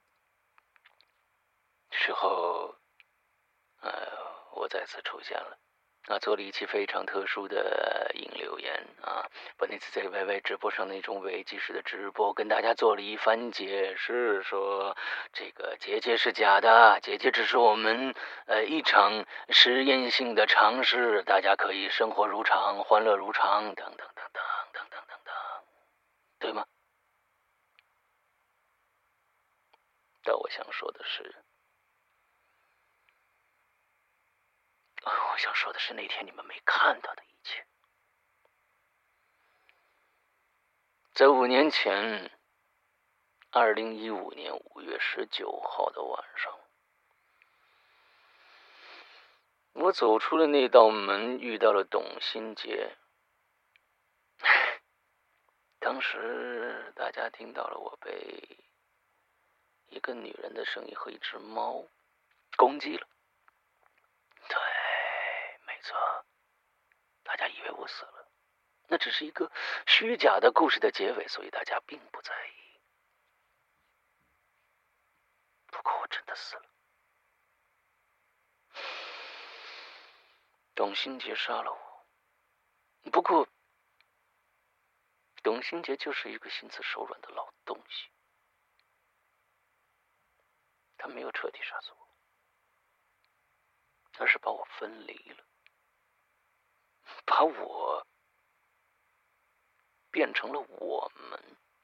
之后，我再次出现了。做了一期非常特殊的引留言把那次在YY直播上那种伪计时的直播跟大家做了一番解释，说这个结界是假的，结界只是我们一场实验性的尝试，大家可以生活如常，欢乐如常，等等，对吗？但我想说的是，那天你们没看到的一切。在5年前，2015年5月19号的晚上，我走出了那道门，遇到了董新杰。当时大家听到了我被一个女人的声音和一只猫攻击了。对，没错，大家以为我死了，那只是一个虚假的故事的结尾，所以大家并不在意。不过我真的死了。董新杰杀了我，不过董新杰就是一个心慈手软的老东西，他没有彻底杀死我，而是把我分离了，把我变成了我们。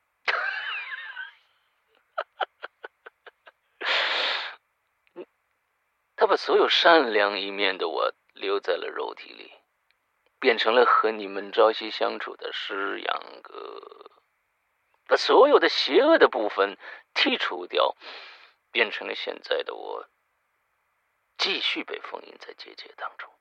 他把所有善良一面的我留在了肉体里，变成了和你们朝夕相处的诗阳哥，把所有的邪恶的部分剔除掉，变成了现在的我，继续被封印在结界当中。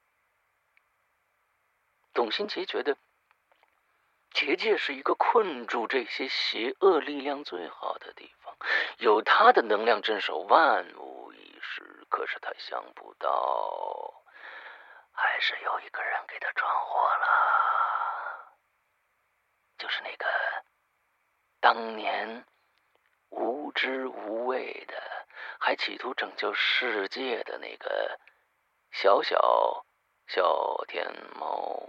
董新杰觉得结界是一个困住这些邪恶力量最好的地方，有他的能量镇守万无一失。可是他想不到，还是有一个人给他闯祸了，就是那个当年无知无畏的，还企图拯救世界的那个小天猫。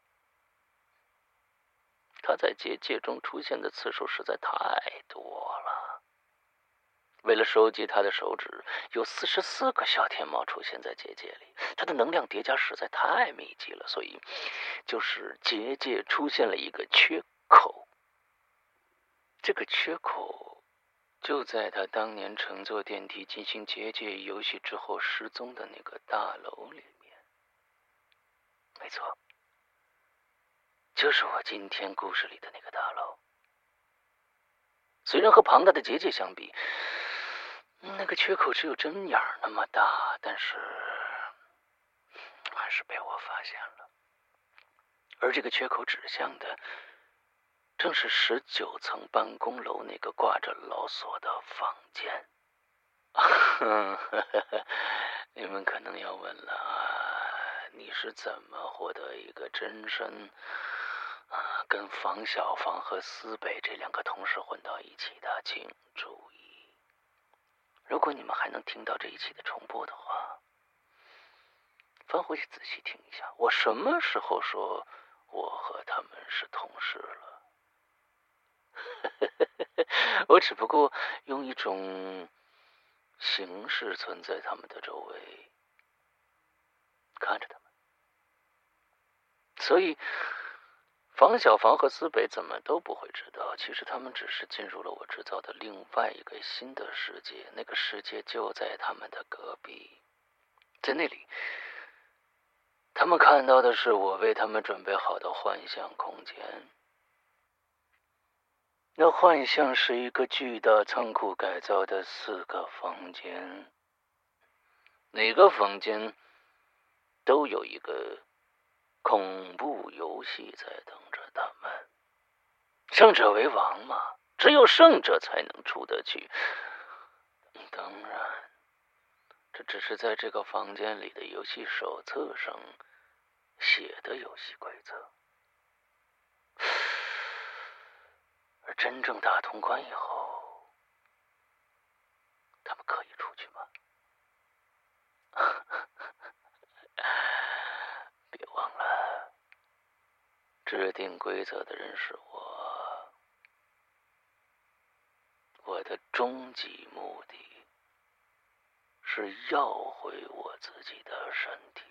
他在结界中出现的次数实在太多了。为了收集他的手指，有44个小天猫出现在结界里，他的能量叠加实在太密集了，所以就是结界出现了一个缺口。这个缺口就在他当年乘坐电梯进行结界游戏之后失踪的那个大楼里面。没错，就是我今天故事里的那个大楼。虽然和庞大的结界相比，那个缺口只有针眼那么大，但是是被我发现了，而这个缺口指向的正是19层办公楼那个挂着牢锁的房间。你们可能要问了你是怎么获得一个真身跟房小房和思北这2个同事混到一起的？请注意，如果你们还能听到这一期的重播的话，翻回去仔细听一下，我什么时候说我和他们是同事了？我只不过用一种形式存在他们的周围，看着他们。所以房小房和思北怎么都不会知道，其实他们只是进入了我制造的另外一个新的世界，那个世界就在他们的隔壁。在那里，他们看到的是我为他们准备好的幻象空间。那幻象是一个巨大仓库改造的4个房间，每个房间都有一个恐怖游戏在等着他们。胜者为王嘛，只有胜者才能出得去。当然，这只是在这个房间里的游戏手册上写的游戏规则。而真正打通关以后，他们可以出去吗？别忘了，制定规则的人是我。我的终极目的是要回我自己的身体。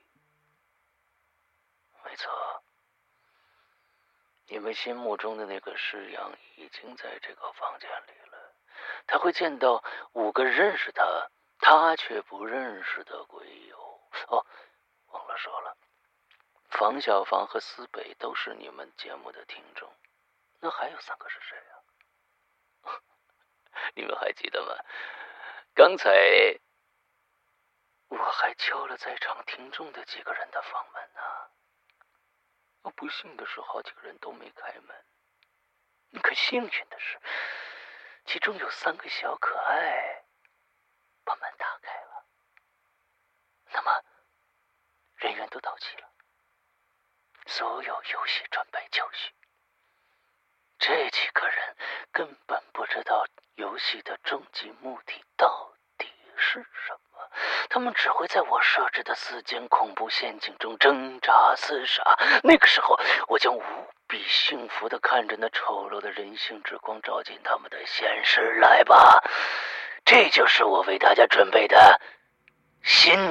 没错，你们心目中的那个尸样已经在这个房间里了。他会见到5个认识他却不认识的鬼友。哦，忘了说了，房小房和思北都是你们节目的听众。那还有3个是谁啊？你们还记得吗？刚才我还敲了在场听众的几个人的房门呢。不幸的是，好几个人都没开门。可幸运的是，其中有3个小可爱把门打开了。那么，人员都到齐了，所有游戏准备就绪。这几个人根本不知道游戏的终极目的到底是什么，他们只会在我设置的4间恐怖陷阱中挣扎厮杀。那个时候，我将无比幸福地看着那丑陋的人性之光照进他们的现实。来吧，这就是我为大家准备的新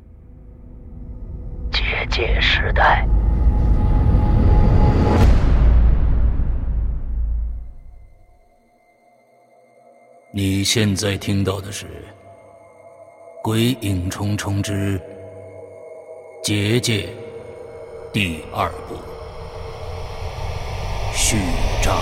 结界时代。 你现在听到的是《鬼影重重之结界》第2部序章。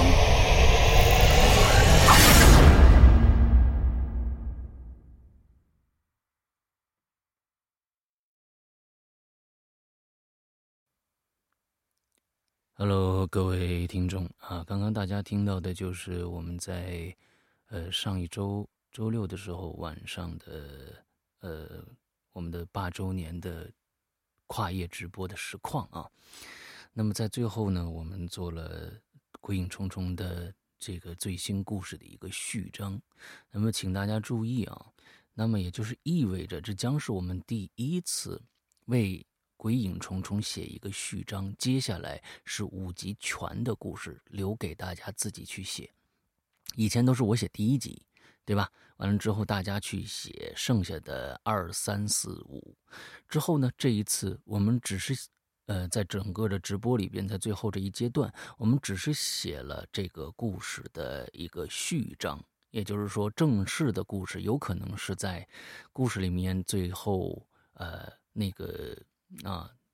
Hello， 各位听众啊，刚刚大家听到的就是我们在上一周周6的时候晚上的我们的8周年的跨夜直播的实况啊。那么在最后呢，我们做了鬼影重重的这个最新故事的一个序章。那么请大家注意啊，那么也就是意味着这将是我们第1次为鬼影重重写一个序章，接下来是5集全的故事留给大家自己去写。以前都是我写第1集，对吧？完了之后大家去写剩下的2、3、4、5。之后呢，这一次我们只是在整个的直播里边，在最后这一阶段，我们只是写了这个故事的一个序章，也就是说正式的故事有可能是在故事里面最后那个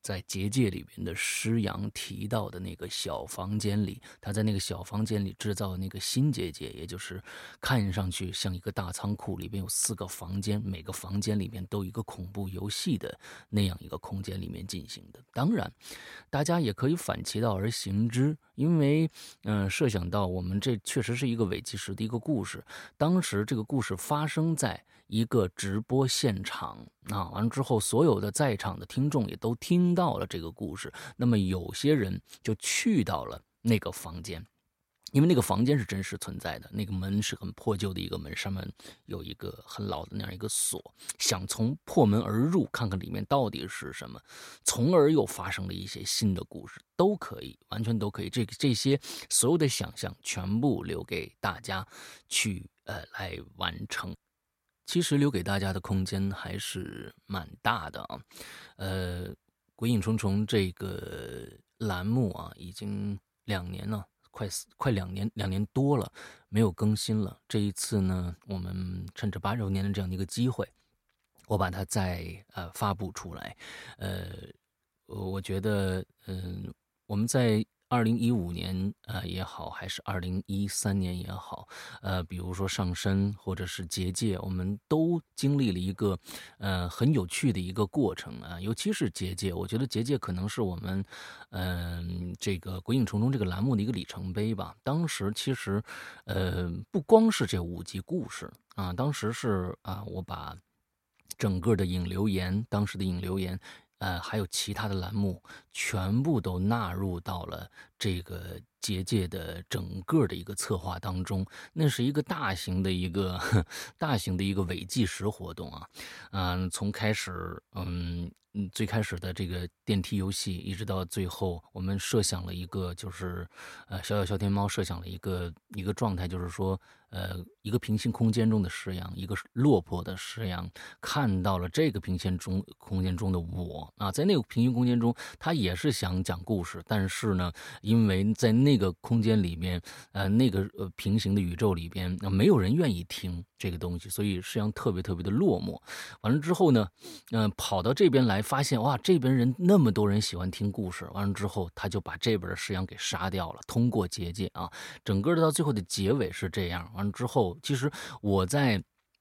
在结界里边的师阳提到的那个小房间里，他在那个小房间里制造那个新结界，也就是看上去像一个大仓库，里边有4个房间，每个房间里面都有一个恐怖游戏的那样一个空间里面进行的。当然，大家也可以反其道而行之，因为设想到我们这确实是一个伪纪实的一个故事，当时这个故事发生在一个直播现场啊，完了之后，所有的在场的听众也都听到了这个故事。那么有些人就去到了那个房间，因为那个房间是真实存在的，那个门是很破旧的一个门，上面有一个很老的那样一个锁，想从破门而入看看里面到底是什么，从而又发生了一些新的故事，都可以，完全都可以。这些所有的想象全部留给大家去来完成。其实留给大家的空间还是蛮大的啊。鬼影重重这个栏目啊，已经2年了，快2年多了，没有更新了。这一次呢，我们趁着8周年的这样的一个机会，我把它再发布出来。我觉得我们在2015年也好，还是2013年也好，比如说上身或者是结界，我们都经历了一个很有趣的一个过程啊。尤其是结界，我觉得结界可能是我们这个鬼影重重这个栏目的一个里程碑吧。当时其实不光是这5集故事啊，当时是我把整个的影留言，当时的影留言。还有其他的栏目，全部都纳入到了这个结界的整个的一个策划当中。那是一个大型的一个伪纪实活动啊。从开始最开始的这个电梯游戏，一直到最后，我们设想了一个，就是小天猫设想了一个状态，就是说一个平行空间中的石阳，一个落魄的石阳，看到了这个平行空间中的我啊，在那个平行空间中，他也是想讲故事，但是呢，因为在那个空间里面，那个平行的宇宙里边，没有人愿意听这个东西，所以石阳特别的落寞。完了之后呢，跑到这边来，发现哇，这边人那么多人喜欢听故事。完了之后，他就把这边的石阳给杀掉了，通过结界啊，整个的到最后的结尾是这样。完了之后，其实我在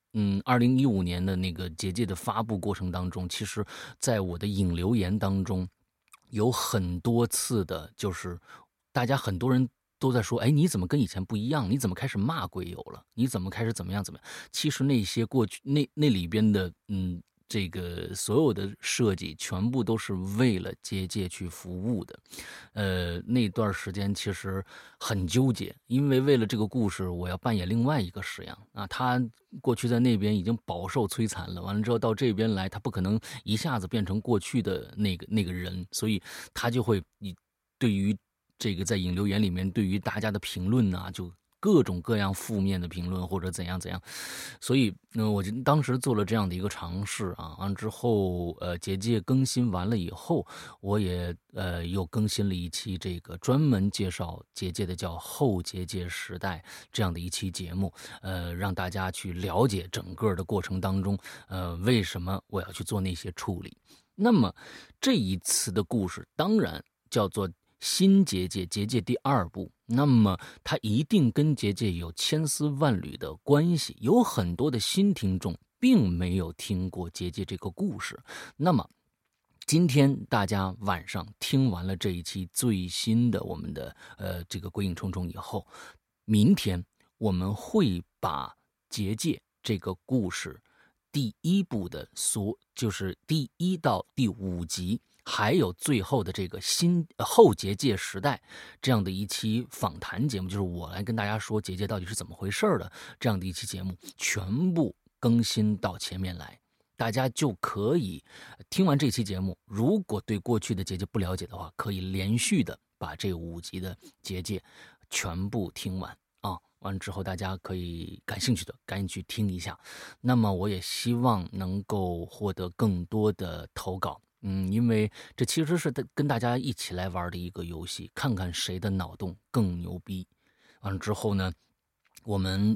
2015年的那个结界的发布过程当中，其实在我的影留言当中有很多次的，就是大家很多人都在说，哎，你怎么跟以前不一样？你怎么开始骂鬼友了？你怎么开始怎么样？其实那些过去那里边的这个所有的设计全部都是为了结界去服务的。那段时间其实很纠结，因为为了这个故事，我要扮演另外一个石阳啊，他过去在那边已经饱受摧残了，完了之后到这边来，他不可能一下子变成过去的那个人，所以他就会对于这个在影留言里面对于大家的评论啊，就各种各样负面的评论或者怎样，所以我就当时做了这样的一个尝试啊。完之后结界更新完了以后，我也又更新了一期这个专门介绍结界的，叫后结界时代这样的一期节目，让大家去了解整个的过程当中为什么我要去做那些处理。那么这一次的故事当然叫做新结界，结界第2部，那么它一定跟结界有千丝万缕的关系。有很多的新听众并没有听过结界这个故事，那么今天大家晚上听完了这一期最新的我们的这个鬼影重重以后，明天我们会把结界这个故事第1部的就是第1到第5集，还有最后的这个后结界时代这样的一期访谈节目，就是我来跟大家说结界到底是怎么回事的这样的一期节目，全部更新到前面来，大家就可以听完这期节目，如果对过去的结界不了解的话，可以连续的把这5集的结界全部听完啊。完之后大家可以感兴趣的赶紧去听一下。那么我也希望能够获得更多的投稿，因为这其实是跟大家一起来玩的一个游戏，看看谁的脑洞更牛逼。完了之后呢，我们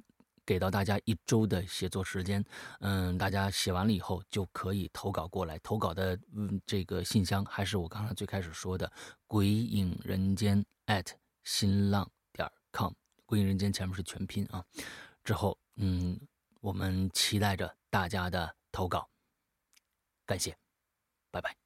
给到大家1周的写作时间，大家写完了以后就可以投稿过来。投稿的这个信箱还是我刚才最开始说的鬼影人间@新浪.com，鬼影人间前面是全拼啊。之后我们期待着大家的投稿，感谢，拜拜。